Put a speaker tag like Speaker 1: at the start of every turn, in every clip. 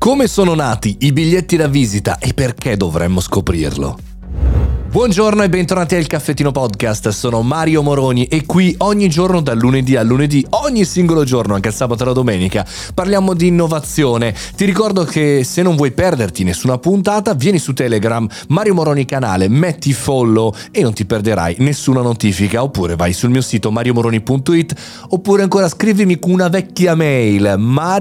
Speaker 1: Come sono nati i biglietti da visita e perché dovremmo scoprirlo? Buongiorno e bentornati al Caffettino Podcast, sono Mario Moroni e qui ogni giorno dal lunedì al lunedì, ogni singolo giorno, anche il sabato e la domenica, parliamo di innovazione. Ti ricordo che se non vuoi perderti nessuna puntata, vieni su Telegram, Mario Moroni canale, metti follow e non ti perderai nessuna notifica, oppure vai sul mio sito mariomoroni.it, oppure ancora scrivimi con una vecchia mail,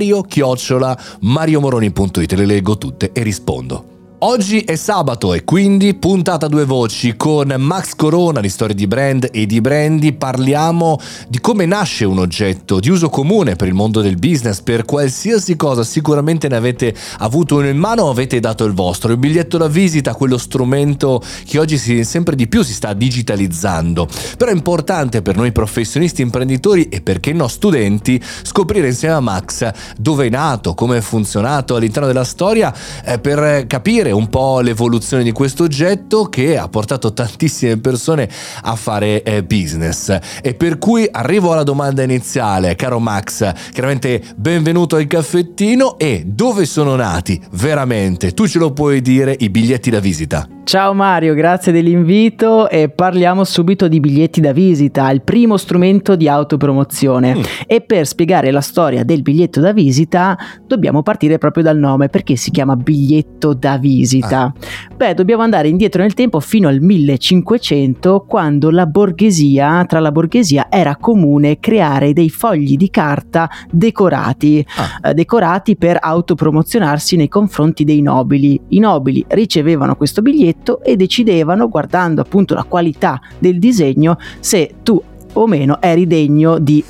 Speaker 1: mario@mariomoroni.it, le leggo tutte e rispondo. Oggi è sabato e quindi puntata a due voci con Max Corona di Storie di Brand e di Brandy. Parliamo di come nasce un oggetto di uso comune per il mondo del business, per qualsiasi cosa. Sicuramente ne avete avuto uno in mano o avete dato il vostro. Il biglietto da visita, quello strumento che oggi sempre di più si sta digitalizzando, però è importante per noi professionisti, imprenditori e perché no studenti scoprire insieme a Max dove è nato, come è funzionato all'interno della storia, per capire un po' l'evoluzione di questo oggetto che ha portato tantissime persone a fare business. E per cui arrivo alla domanda iniziale, caro Max, chiaramente benvenuto al caffettino. E dove sono nati veramente, tu ce lo puoi dire, i biglietti da visita?
Speaker 2: Ciao Mario, grazie dell'invito e parliamo subito di biglietti da visita, il primo strumento di autopromozione. E per spiegare la storia del biglietto da visita dobbiamo partire proprio dal nome, perché si chiama biglietto da visita. Beh, dobbiamo andare indietro nel tempo fino al 1500, quando tra la borghesia era comune creare dei fogli di carta decorati per autopromozionarsi nei confronti dei nobili. I nobili ricevevano questo biglietto e decidevano, guardando appunto la qualità del disegno, se tu o meno eri degno di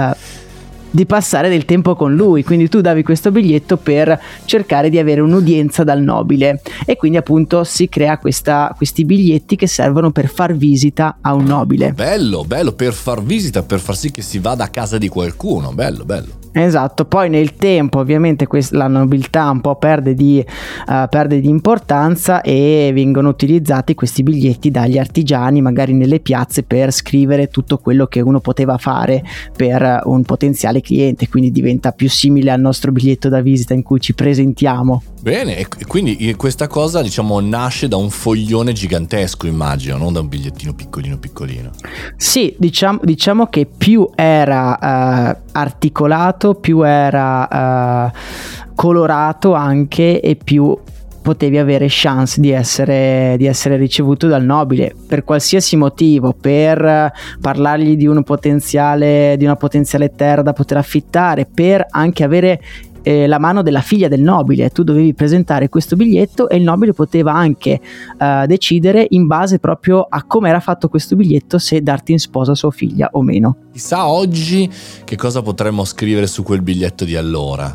Speaker 2: passare del tempo con lui. Quindi tu davi questo biglietto per cercare di avere un'udienza dal nobile, e quindi appunto si crea questi biglietti che servono per far visita a un nobile.
Speaker 1: Bello, per far visita, per far sì che si vada a casa di qualcuno. Bello.
Speaker 2: Esatto, poi nel tempo ovviamente la nobiltà un po' perde di importanza e vengono utilizzati questi biglietti dagli artigiani, magari nelle piazze, per scrivere tutto quello che uno poteva fare per un potenziale cliente, quindi diventa più simile al nostro biglietto da visita in cui ci presentiamo.
Speaker 1: Bene, e quindi questa cosa, diciamo, nasce da un foglione gigantesco, immagino, non da un bigliettino piccolino.
Speaker 2: Sì, diciamo che più era articolato, più era colorato anche, e più potevi avere chance di essere ricevuto dal nobile per qualsiasi motivo, per parlargli di una potenziale terra da poter affittare, per anche avere la mano della figlia del nobile. Tu dovevi presentare questo biglietto e il nobile poteva anche decidere, in base proprio a come era fatto questo biglietto, se darti in sposa sua figlia o meno.
Speaker 1: Chissà oggi che cosa potremmo scrivere su quel biglietto di allora.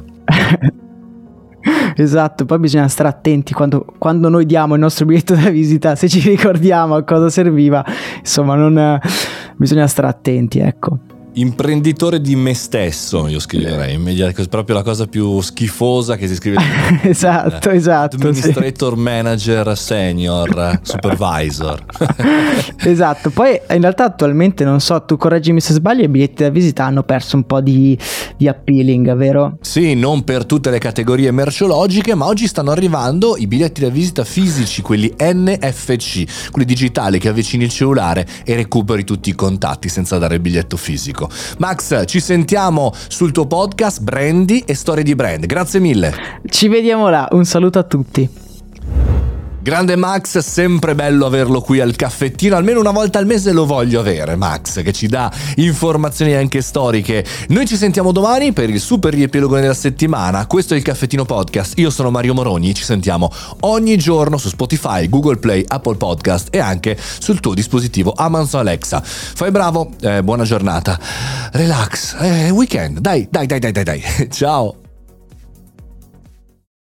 Speaker 2: Esatto, poi bisogna stare attenti quando noi diamo il nostro biglietto da visita, se ci ricordiamo a cosa serviva. Insomma, bisogna stare attenti, ecco.
Speaker 1: Imprenditore di me stesso, io scriverei, proprio la cosa più schifosa che si scrive.
Speaker 2: esatto.
Speaker 1: Administrator, sì. Manager, senior, supervisor.
Speaker 2: Esatto, poi in realtà attualmente, non so, tu correggimi se sbaglio, i biglietti da visita hanno perso un po' di appealing, vero?
Speaker 1: Sì, non per tutte le categorie merceologiche, ma oggi stanno arrivando i biglietti da visita fisici, quelli NFC, quelli digitali che avvicini il cellulare e recuperi tutti i contatti senza dare il biglietto fisico. Max, ci sentiamo sul tuo podcast Brandy e Storie di Brand. Grazie mille.
Speaker 2: Ci vediamo là, un saluto a tutti.
Speaker 1: Grande Max, sempre bello averlo qui al caffettino, almeno una volta al mese lo voglio avere, Max, che ci dà informazioni anche storiche. Noi ci sentiamo domani per il super riepilogo della settimana. Questo è il Caffettino Podcast, io sono Mario Moroni, ci sentiamo ogni giorno su Spotify, Google Play, Apple Podcast e anche sul tuo dispositivo Amazon Alexa. Fai bravo, buona giornata, relax, weekend, dai, ciao.